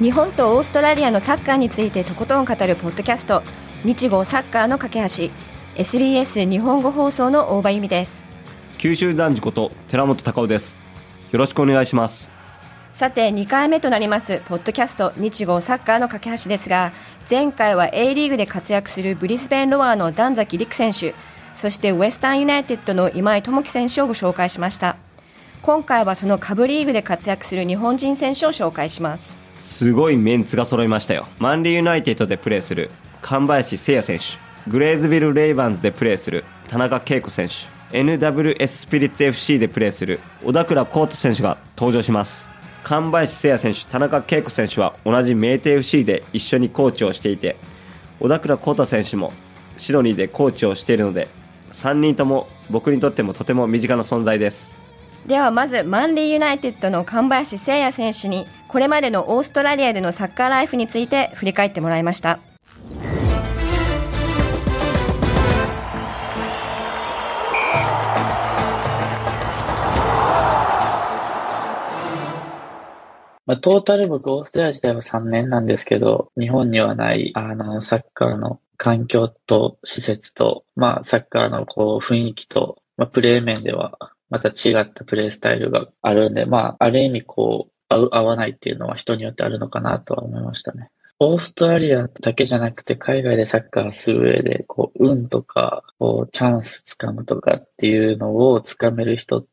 日本とオーストラリアのサッカーについてとことん語るポッドキャスト、日豪サッカーの架け橋。 SBS 日本語放送の大場由美です。 九州男児こと寺本隆夫です。よろしくお願いします。 さて2回目となりますポッドキャスト日豪サッカーの架け橋ですが、前回は A リーグで活躍するブリスベンロアの段崎陸選手、そしてウェスタンユナイテッドの今井智樹選手をご紹介しました。今回はその下部リーグで活躍する日本人選手を紹介します。 すごいメンツが揃いましたよ。マンリーユナイテッドでプレーする神林誠也選手、グレーズビルレイバンズでプレーする田中恵子選手、 NWS スピリッツ FC でプレーする小田倉幸太選手が登場します。神林誠也選手、田中恵子選手は同じ明帝 FC で一緒にコーチをしていて、小田倉幸太選手もシドニーでコーチをしているので、3人とも僕にとってもとても身近な存在です。 ではまずマンリーユナイテッドの神林誠也選手にこれまでのオーストラリアでのサッカーライフについて振り返ってもらいました。 トータル僕オーストラリア自体は3年なんですけど、日本にはないサッカーの環境と施設と、サッカーの雰囲気と、プレー面ではまた違ったプレースタイルがあるんで、ある意味合わないっていうのは人によってあるのかなとは思いましたね。オーストラリアだけじゃなくて海外でサッカーする上で、運とか、チャンスつかむとかっていうのをつかめる人って、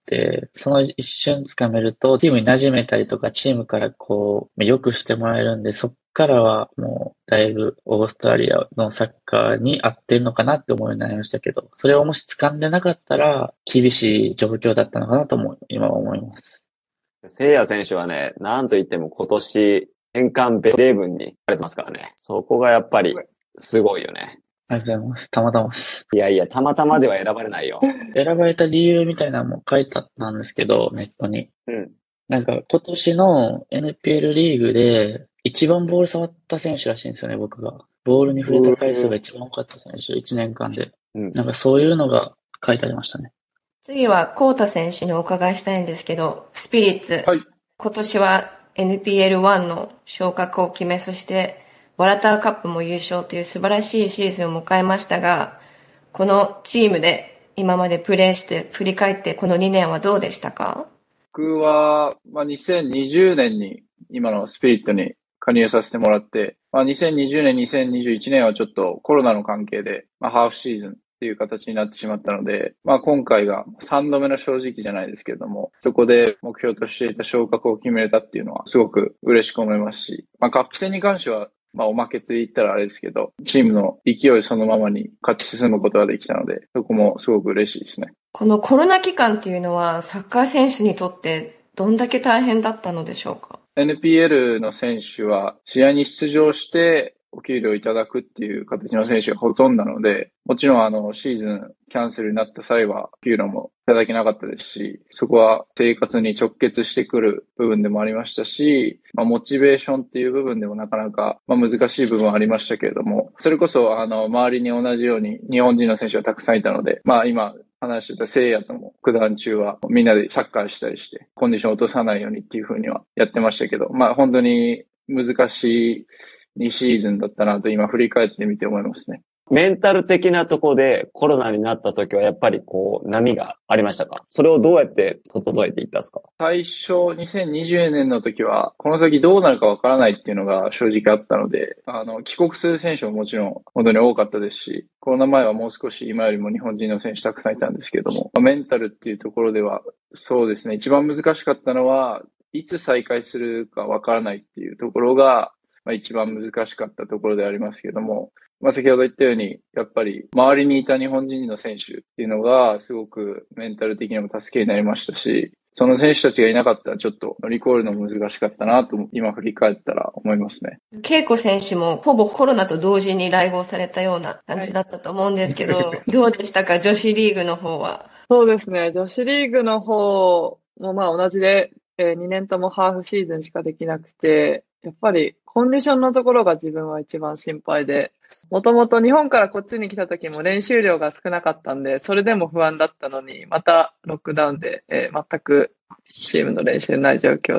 その一瞬つかめると、チームに馴染めたりとか、チームから良くしてもらえるんで、そっからはもう、だいぶオーストラリアのサッカーに合ってんのかなって思うようになりましたけど、それをもし掴んでなかったら、厳しい状況だったのかなと今は思います。 誠也選手はね、なんといっても今年、年間ベスト11に入れてますからね。そこがやっぱりすごいよね。 ありがとうございます。たまたまです。 いやいや、たまたまでは選ばれないよ。 選ばれた理由みたいなのも書いてあったんですけど、ネットに。なんか今年の NPL リーグで一番ボール触った選手らしいんですよね、僕が。ボールに触れた回数が一番多かった選手、1年間で。なんかそういうのが書いてありましたね。 次はコウタ選手にお伺いしたいんですけど、スピリッツ。はい、今年は NPL1 の昇格を決め、そしてワラターカップも優勝という素晴らしいシーズンを迎えましたが、このチームで今までプレーして振り返ってこの2年はどうでしたか？ 僕は、2020年に今のスピリットに加入させてもらって、2020年、2021年はちょっとコロナの関係で、ハーフシーズンっていう形になってしまったので、今回が3度目の正直じゃないですけれども、そこで目標としていた昇格を決めれたっていうのはすごく嬉しく思いますし、カップ戦に関しては、おまけと言ったらあれですけど、チームの勢いそのままに勝ち進むことができたので、そこもすごく嬉しいですね。 このコロナ期間っていうのはサッカー選手にとってどんだけ大変だったのでしょうか？ NPL の選手は試合に出場してお給料いただくっていう形の選手がほとんどなので、もちろんシーズンキャンセルになった際はお給料もいただけなかったですし、そこは生活に直結してくる部分でもありましたし、モチベーションっていう部分でもなかなか難しい部分はありましたけれども、それこそ周りに同じように日本人の選手がたくさんいたので、今話してた聖夜とも九段中はみんなでサッカーしたりしてコンディションを落とさないようにっていう風にはやってましたけど、本当に難しい2シーズンだったなと今振り返ってみて思いますね。 メンタル的なところでコロナになった時はやっぱり波がありましたか？それをどうやって整えていったんですか？ 最初2020年の時はこの先どうなるかわからないっていうのが正直あったので、帰国する選手ももちろん本当に多かったですし、コロナ前はもう少し今よりも日本人の選手たくさんいたんですけども、メンタルっていうところではそうですね、一番難しかったのはいつ再開するかわからないっていうところが一番難しかったところでありますけども、先ほど言ったように、やっぱり周りにいた日本人の選手っていうのがすごくメンタル的にも助けになりましたし、その選手たちがいなかったらちょっと乗り越えるのも難しかったなと今振り返ったら思いますね。 恵子選手もほぼコロナと同時に来合されたような感じだったと思うんですけど、どうでしたか、女子リーグの方は？ そうですね、女子リーグの方も同じで、2年ともハーフシーズンしかできなくて、やっぱりコンディションのところが自分は一番心配で、もともと日本からこっちに来た時も練習量が少なかったんで、それでも不安だったのに、またロックダウンで、全くチームの練習ない状況で、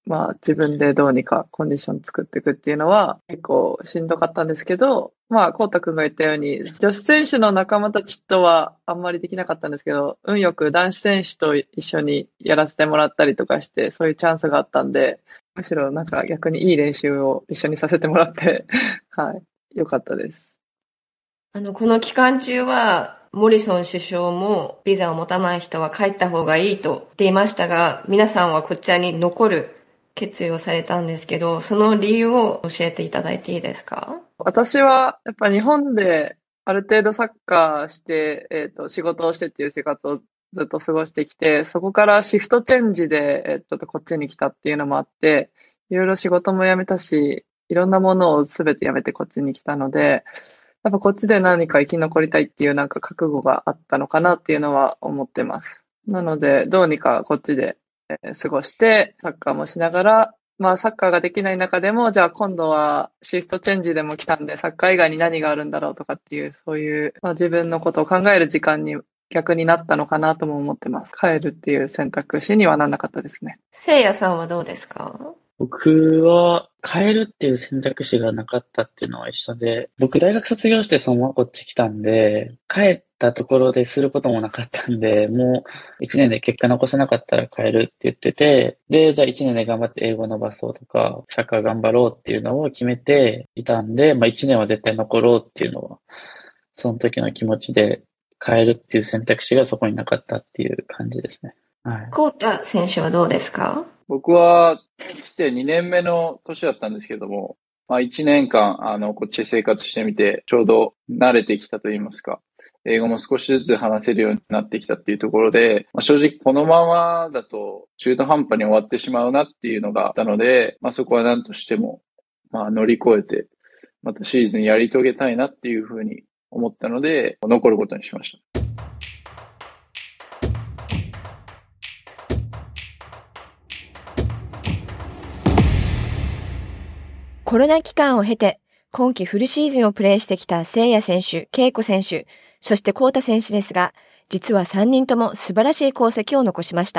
自分でどうにかコンディション作っていくっていうのは結構しんどかったんですけど、コウタ君が言ったように、女子選手の仲間たちとはあんまりできなかったんですけど、運よく男子選手と一緒にやらせてもらったりとかして、そういうチャンスがあったんで、むしろ逆にいい練習を一緒にさせてもらってはい、良かったです。 この期間中は、モリソン首相もビザを持たない人は帰った方がいいと言っていましたが、皆さんはこちらに残る決意をされたんですけど、その理由を教えていただいていいですか？ 私はやっぱ日本である程度サッカーして、仕事をしてっていう生活をずっと過ごしてきて、そこからシフトチェンジで、こっちに来たっていうのもあって、いろいろ仕事も辞めたし、いろんなものをすべて辞めてこっちに来たので、やっぱこっちで何か生き残りたいっていう覚悟があったのかなっていうのは思ってます。なので、どうにかこっちで過ごして、サッカーもしながら、サッカーができない中でも、じゃあ今度はシフトチェンジでも来たんで、サッカー以外に何があるんだろうとかっていう、そういう、自分のことを考える時間に逆になったのかなとも思ってます。帰るっていう選択肢にはならなかったですね。 せいやさんはどうですか？ 僕は変えるっていう選択肢がなかったっていうのは一緒で、僕大学卒業してそのままこっち来たんで、帰ったところですることもなかったんで、もう1年で結果残せなかったら変えるって言ってて、で、じゃあ1年で頑張って英語伸ばそうとか、サッカー頑張ろうっていうのを決めていたんで、1年は絶対残ろうっていうのは、その時の気持ちで変えるっていう選択肢がそこになかったっていう感じですね。はい。 コウタ選手はどうですか？ 僕は、来て2年目の年だったんですけども、1年間、こっちで生活してみて、ちょうど慣れてきたと言いますか、英語も少しずつ話せるようになってきたっていうところで、正直このままだと中途半端に終わってしまうなっていうのがあったので、そこは何としても、乗り越えて、またシーズンやり遂げたいなっていうふうに思ったので、残ることにしました。 コロナ期間を経て、今季フルシーズンをプレーしてきた聖也選手、恵子選手、そしてコウタ選手ですが、実は3人とも素晴らしい功績を残しました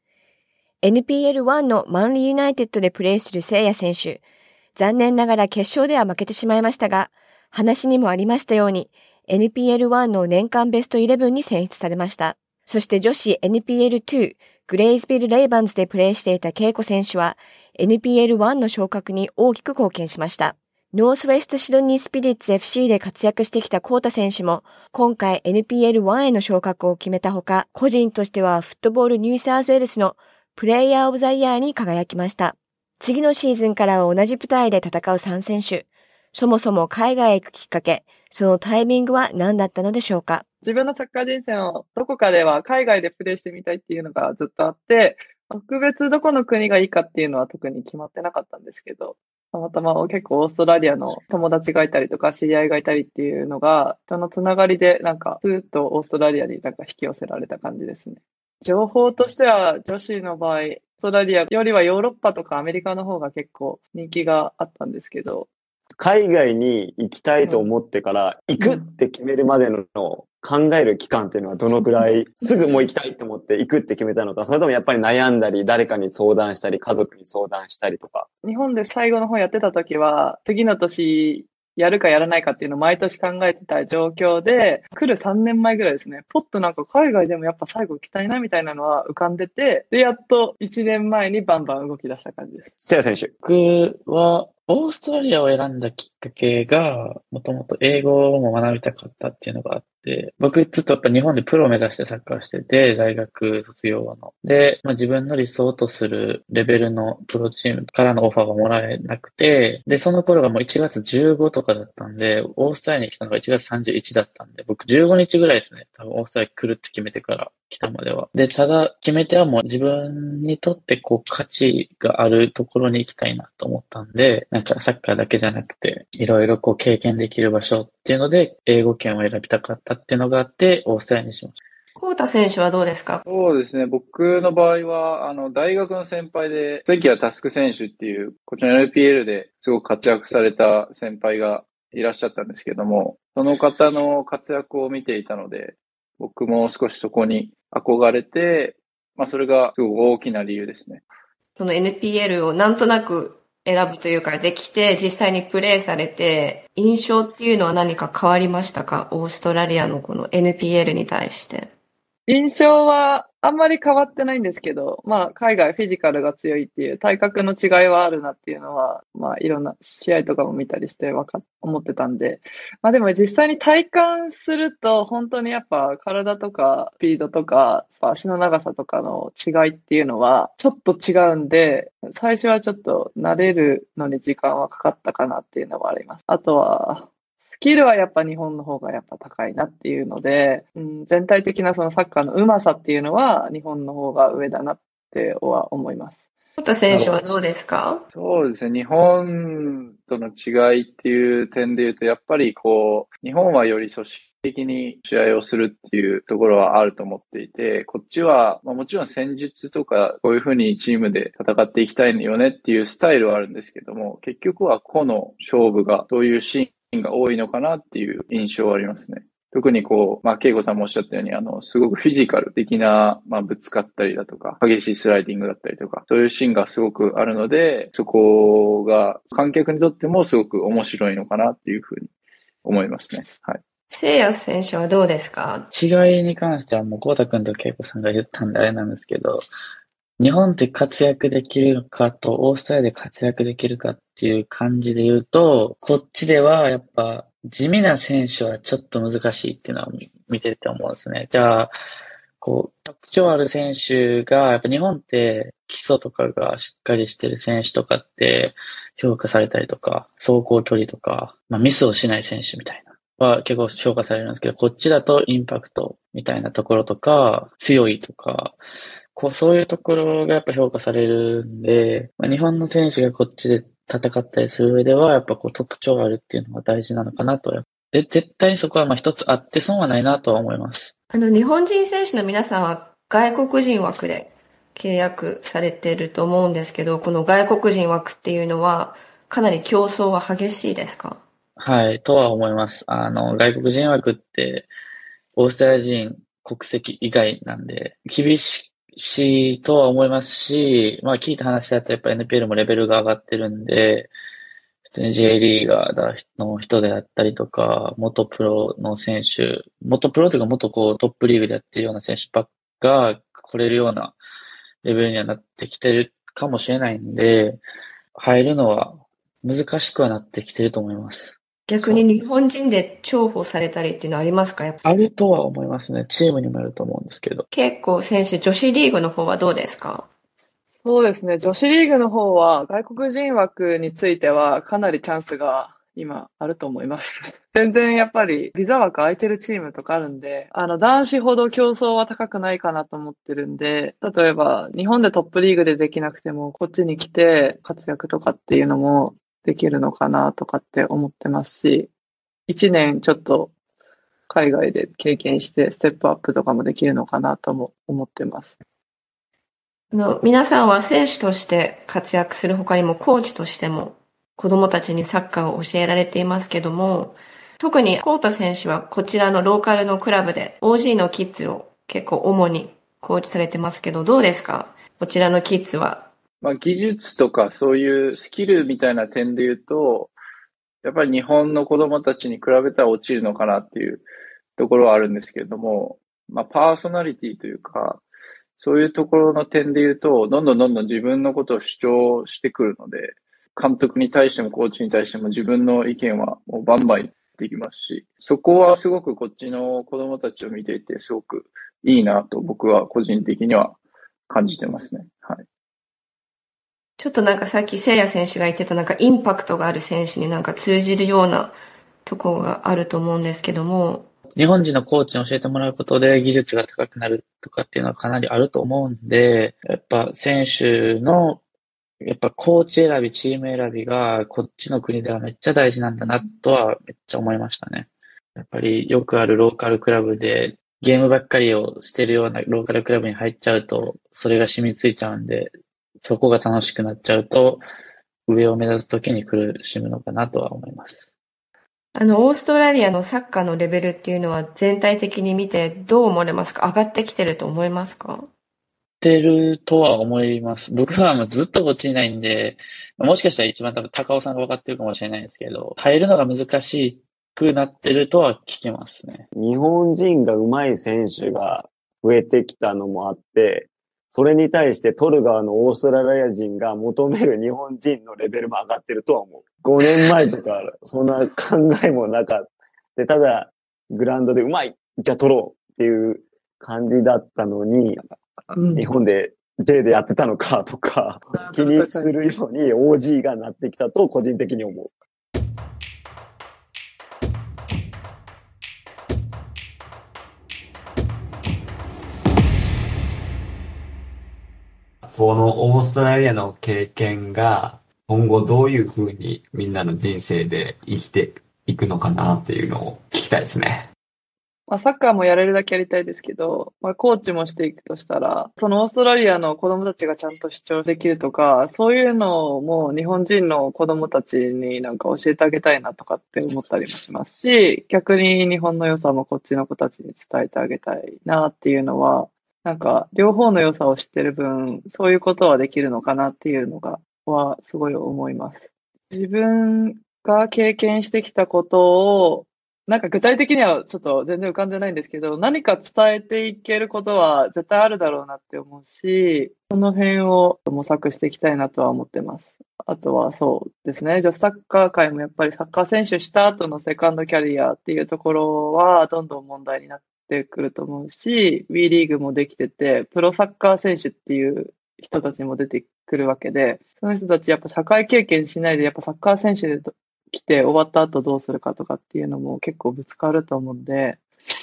。NPL1 のマンリーユナイテッドでプレーする聖也選手、残念ながら決勝では負けてしまいましたが、話にもありましたように、NPL1 の年間ベスト11に選出されました。そして女子 NPL2、グレイズビル・レイバンズでプレーしていた恵子選手は、NPL1 の昇格に大きく貢献しました。ノースウェストシドニースピリッツ FC で活躍してきたコウタ選手も、今回 NPL1 への昇格を決めたほか、個人としてはフットボールニューサウスウェルスのプレイヤーオブザイヤーに輝きました。次のシーズンからは同じ舞台で戦う3選手。そもそも海外へ行くきっかけ、そのタイミングは何だったのでしょうか？ 自分のサッカー人生のどこかでは海外でプレーしてみたいっていうのがずっとあって、特別どこの国がいいかっていうのは特に決まってなかったんですけど、たまたま結構オーストラリアの友達がいたりとか知り合いがいたりっていうのが、そのつながりでスーッとオーストラリアに引き寄せられた感じですね。情報としては女子の場合、オーストラリアよりはヨーロッパとかアメリカの方が結構人気があったんですけど、 海外に行きたいと思ってから行くって決めるまでの考える期間っていうのはどのくらい、すぐもう行きたいと思って行くって決めたのか、それともやっぱり悩んだり、誰かに相談したり、家族に相談したりとか。 日本で最後の方やってた時は、次の年やるかやらないかっていうのを毎年考えてた状況で、来る3年前ぐらいですね、ポッと海外でもやっぱ最後行きたいなみたいなのは浮かんでて、で、やっと1年前にバンバン動き出した感じです。 せや選手。 僕は、オーストラリアを選んだきっかけが、もともと英語も学びたかったっていうのがあって、僕ずっとやっぱ日本でプロを目指してサッカーしてて、大学卒業後の。で、自分の理想とするレベルのプロチームからのオファーがもらえなくて、で、その頃がもう1月15とかだったんで、オーストラリアに来たのが1月31だったんで、僕15日ぐらいですね。多分オーストラリア来るって決めてから来たまでは。で、ただ決め手はもう自分にとって価値があるところに行きたいなと思ったんで、サッカーだけじゃなくて、いろいろ経験できる場所っていうので、英語圏を選びたかったっていうのがあって、オーストラリアにしました。 コウタ選手はどうですか？ そうですね。僕の場合は、大学の先輩で、関谷佑選手っていう、こちらの LPL ですごく活躍された先輩がいらっしゃったんですけども、その方の活躍を見ていたので、僕も少しそこに憧れて、それがすごく大きな理由ですね。 その NPL をなんとなく選ぶというかできて、実際にプレーされて、印象っていうのは何か変わりましたか？オーストラリアのこの NPL に対して。 印象はあんまり変わってないんですけど、海外フィジカルが強いっていう体格の違いはあるなっていうのは、いろんな試合とかも見たりして思ってたんで。でも実際に体感すると、本当にやっぱ体とかスピードとか足の長さとかの違いっていうのはちょっと違うんで、最初はちょっと慣れるのに時間はかかったかなっていうのはあります。あとは、スキルはやっぱ日本の方がやっぱ高いなっていうので、全体的なそのサッカーの上手さっていうのは日本の方が上だなっては思います。 小田選手はどうですか？ そうですね。日本との違いっていう点で言うと、やっぱり日本はより組織的に試合をするっていうところはあると思っていて、こっちは、もちろん戦術とか、こういうふうにチームで戦っていきたいよねっていうスタイルはあるんですけども、結局は個の勝負が、そういうシーンが多いのかなっていう印象はありますね。特に恵子さんもおっしゃったように、すごくフィジカル的な、ぶつかったりだとか、激しいスライディングだったりとか、そういうシーンがすごくあるので、そこが観客にとってもすごく面白いのかなっていうふうに思いますね。はい。 せいや選手はどうですか？ 違いに関してはもう、こうたくんとけいこさんが言ったんであれなんですけど、日本で活躍できるかと、オーストラリアで活躍できるかっていう感じで言うと、こっちではやっぱ地味な選手はちょっと難しいっていうのは見てて思うんですね。じゃあ、特徴ある選手が、やっぱ日本って基礎とかがしっかりしてる選手とかって評価されたりとか、走行距離とか、ミスをしない選手みたいな。は結構評価されるんですけど、こっちだとインパクトみたいなところとか、強いとか、そういうところがやっぱ評価されるんで、日本の選手がこっちで戦ったりする上では、やっぱ特徴あるっていうのが大事なのかなと。で、絶対にそこは一つあって損はないなとは思います。 日本人選手の皆さんは外国人枠で契約されてると思うんですけど、この外国人枠っていうのはかなり競争は激しいですか？ はい、とは思います。外国人枠って、オーストラリア人国籍以外なんで、厳しいとは思いますし、聞いた話だとやっぱ NPL もレベルが上がってるんで、普通に J リーガーの人であったりとか、元プロの選手、元プロというか元トップリーグでやってるような選手ばっか来れるようなレベルにはなってきてるかもしれないんで、入るのは難しくはなってきてると思います。 逆に日本人で重宝されたりっていうのはありますか？やっぱあるとは思いますね。チームにもよると思うんですけど。 結構選手、女子リーグの方はどうですか？ そうですね。女子リーグの方は外国人枠についてはかなりチャンスが今あると思います。全然やっぱりビザ枠空いてるチームとかあるんで、男子ほど競争は高くないかなと思ってるんで、例えば日本でトップリーグでできなくてもこっちに来て活躍とかっていうのもできるのかなとかって思ってますし、一年ちょっと海外で経験してステップアップとかもできるのかなとも思ってます。 皆さんは選手として活躍する他にもコーチとしても子供たちにサッカーを教えられていますけども、特にコウタ選手はこちらのローカルのクラブで OG のキッズを結構主にコーチされてますけど、どうですか？こちらのキッズは。 技術とかそういうスキルみたいな点で言うと、やっぱり日本の子供たちに比べたら落ちるのかなっていうところはあるんですけれども、パーソナリティというか、そういうところの点で言うと、どんどん自分のことを主張してくるので、監督に対してもコーチに対しても自分の意見はもうバンバン言ってきますし、そこはすごくこっちの子供たちを見ていてすごくいいなと僕は個人的には感じてますね。はい。 ちょっとさっきせいや選手が言ってたインパクトがある選手に通じるようなところがあると思うんですけども、 日本人のコーチに教えてもらうことで技術が高くなるとかっていうのはかなりあると思うんで、やっぱ選手のやっぱコーチ選び、チーム選びがこっちの国ではめっちゃ大事なんだなとはめっちゃ思いましたね。やっぱりよくあるローカルクラブでゲームばっかりをしてるようなローカルクラブに入っちゃうと、それが染みついちゃうんで、そこが楽しくなっちゃうと、上を目指すときに苦しむのかなとは思います。 オーストラリアのサッカーのレベルっていうのは全体的に見てどう思われますか？上がってきてると思いますか？ ってるとは思います。僕はもうずっとこっちにいないんで、もしかしたら一番多分高尾さんが分かってるかもしれないですけど、入るのが難しくなってるとは聞きますね。 日本人が上手い選手が増えてきたのもあって、それに対して取る側のオーストラリア人が求める日本人のレベルも上がってるとは思う。5年前とか、そんな考えもなかった。ただ、グラウンドで上手い、じゃあ取ろうっていう感じだったのに、日本で J でやってたのかとか、気にするように OG がなってきたと個人的に思う。 このオーストラリアの経験が今後どういう風にみんなの人生で生きていくのかなっていうのを聞きたいですね。 サッカーもやれるだけやりたいですけど、コーチもしていくとしたら、そのオーストラリアの子供たちがちゃんと主張できるとか、そういうのも日本人の子供たちになんか教えてあげたいなとかって思ったりもしますし、逆に日本の良さもこっちの子たちに伝えてあげたいなっていうのは、なんか両方の良さを知ってる分、そういうことはできるのかなっていうのはすごい思います。自分が経験してきたことをなんか具体的にはちょっと全然浮かんでないんですけど、何か伝えていけることは絶対あるだろうなって思うし、その辺を模索していきたいなとは思ってます。あとはそうですね、女子サッカー界もやっぱりサッカー選手した後のセカンドキャリアっていうところはどんどん問題になってくると思うし、WE リーグもできてて、プロサッカー選手っていう人たちも出てくるわけで、その人たちやっぱ社会経験しないでやっぱサッカー選手で来て終わった後どうするかとかっていうのも結構ぶつかると思うんで、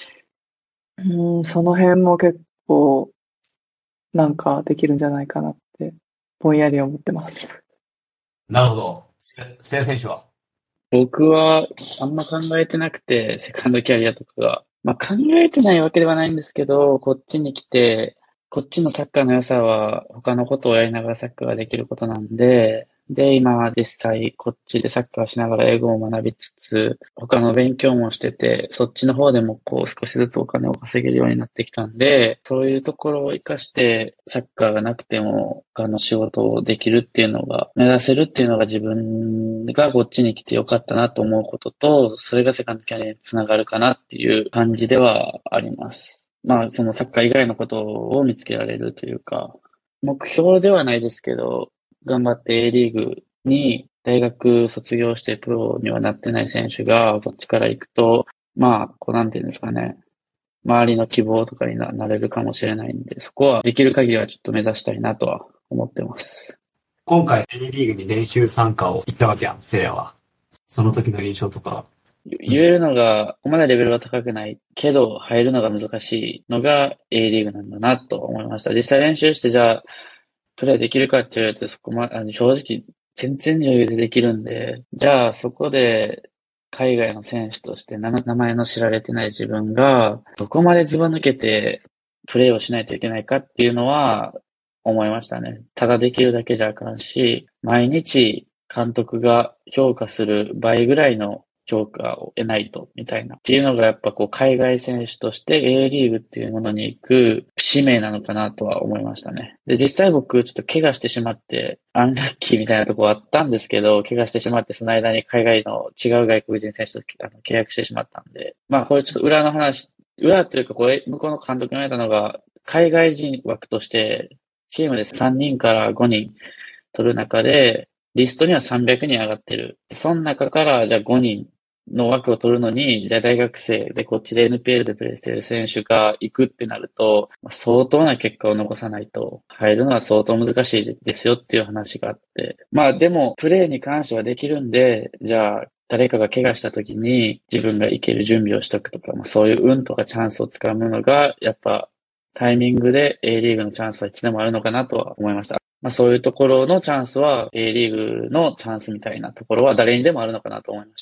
その辺も結構なんかできるんじゃないかなってぼんやり思ってます。 なるほど。ステ選手は？ 僕はあんま考えてなくて、セカンドキャリアとかが。考えてないわけではないんですけど、こっちに来て、こっちのサッカーの良さは他のことをやりながらサッカーができることなんで、今は実際こっちでサッカーしながら英語を学びつつ、他の勉強もしてて、そっちの方でも少しずつお金を稼げるようになってきたんで、そういうところを活かしてサッカーがなくても他の仕事をできるっていうのが、目指せるっていうのが自分がこっちに来てよかったなと思うことと、それがセカンドキャリアにつながるかなっていう感じではあります。そのサッカー以外のことを見つけられるというか、目標ではないですけど、頑張って A リーグに大学卒業してプロにはなってない選手がこっちから行くと、なんていうんですかね、周りの希望とかになれるかもしれないんで、そこはできる限りはちょっと目指したいなとは思ってます。 今回 A リーグに練習参加を行ったわけやん、せいやは。その時の印象とか。 言えるのが、ここまでレベルは高くないけど、入るのが難しいのが A リーグなんだなと思いました。実際練習してじゃあ、プレイできるかって言われるとそこ正直全然余裕でできるんで、じゃあそこで海外の選手として名前の知られてない自分がどこまでずば抜けてプレイをしないといけないかっていうのは思いましたね。ただできるだけじゃあかんし、毎日監督が評価する倍ぐらいの評価を得ないと、みたいな。っていうのがやっぱ海外選手として A リーグっていうものに行く使命なのかなとは思いましたね。で、実際僕ちょっと怪我してしまって、アンラッキーみたいなところあったんですけど、怪我してしまってその間に海外の違う外国人選手と契約してしまったんで、これちょっと裏の話、裏というか向こうの監督が言われたのが、海外人枠としてチームで3人から5人取る中で、リストには300人上がってる。その中からじゃあ5人の枠を取るのに、じゃあ大学生でこっちで NPL でプレーしている選手が行くってなると、相当な結果を残さないと入るのは相当難しいですよっていう話があって。でも、プレーに関してはできるんで、じゃあ誰かが怪我した時に自分が行ける準備をしとくとか、そういう運とかチャンスをつかむのが、やっぱタイミングで A リーグのチャンスはいつでもあるのかなとは思いました。そういうところのチャンスは A リーグのチャンスみたいなところは誰にでもあるのかなと思いました。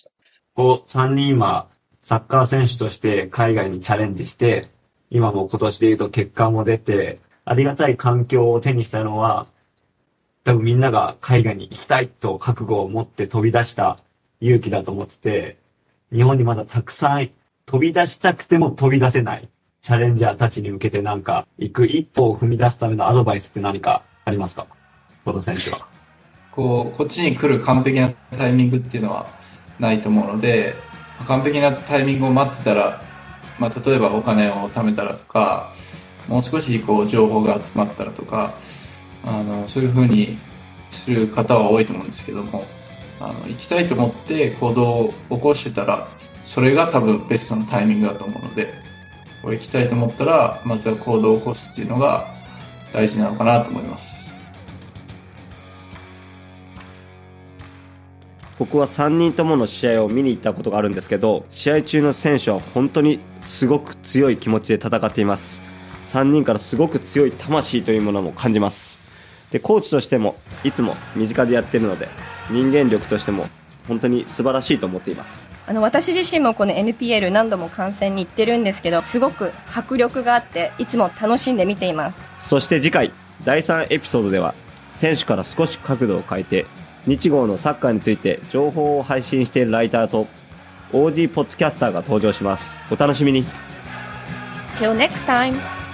3人今、サッカー選手として海外にチャレンジして、今も今年で言うと結果も出て、ありがたい環境を手にしたのは、多分みんなが海外に行きたいと覚悟を持って飛び出した勇気だと思ってて、日本にまだたくさん飛び出したくても飛び出せないチャレンジャーたちに向けてなんか、行く一歩を踏み出すためのアドバイスって何かありますか？この選手は。 こっちに来る完璧なタイミングっていうのはないと思うので、完璧なタイミングを待ってたら、例えばお金を貯めたらとか、もう少し情報が集まったらとか、そういう風にする方は多いと思うんですけども、行きたいと思って行動を起こしてたら、それが多分ベストのタイミングだと思うので、行きたいと思ったら、まずは行動を起こすっていうのが大事なのかなと思います。 僕は3人ともの試合を見に行ったことがあるんですけど、試合中の選手は本当にすごく強い気持ちで戦っています。3人からすごく強い魂というものも感じます。で、コーチとしてもいつも身近でやっているので、人間力としても本当に素晴らしいと思っています。 私自身もこの NPL 何度も観戦に行ってるんですけど、すごく迫力があっていつも楽しんで見ています。 そして次回第3エピソードでは、選手から少し角度を変えて日豪のサッカーについて情報を配信しているライターと OG ポッドキャスターが登場します。お楽しみに。 Till next time!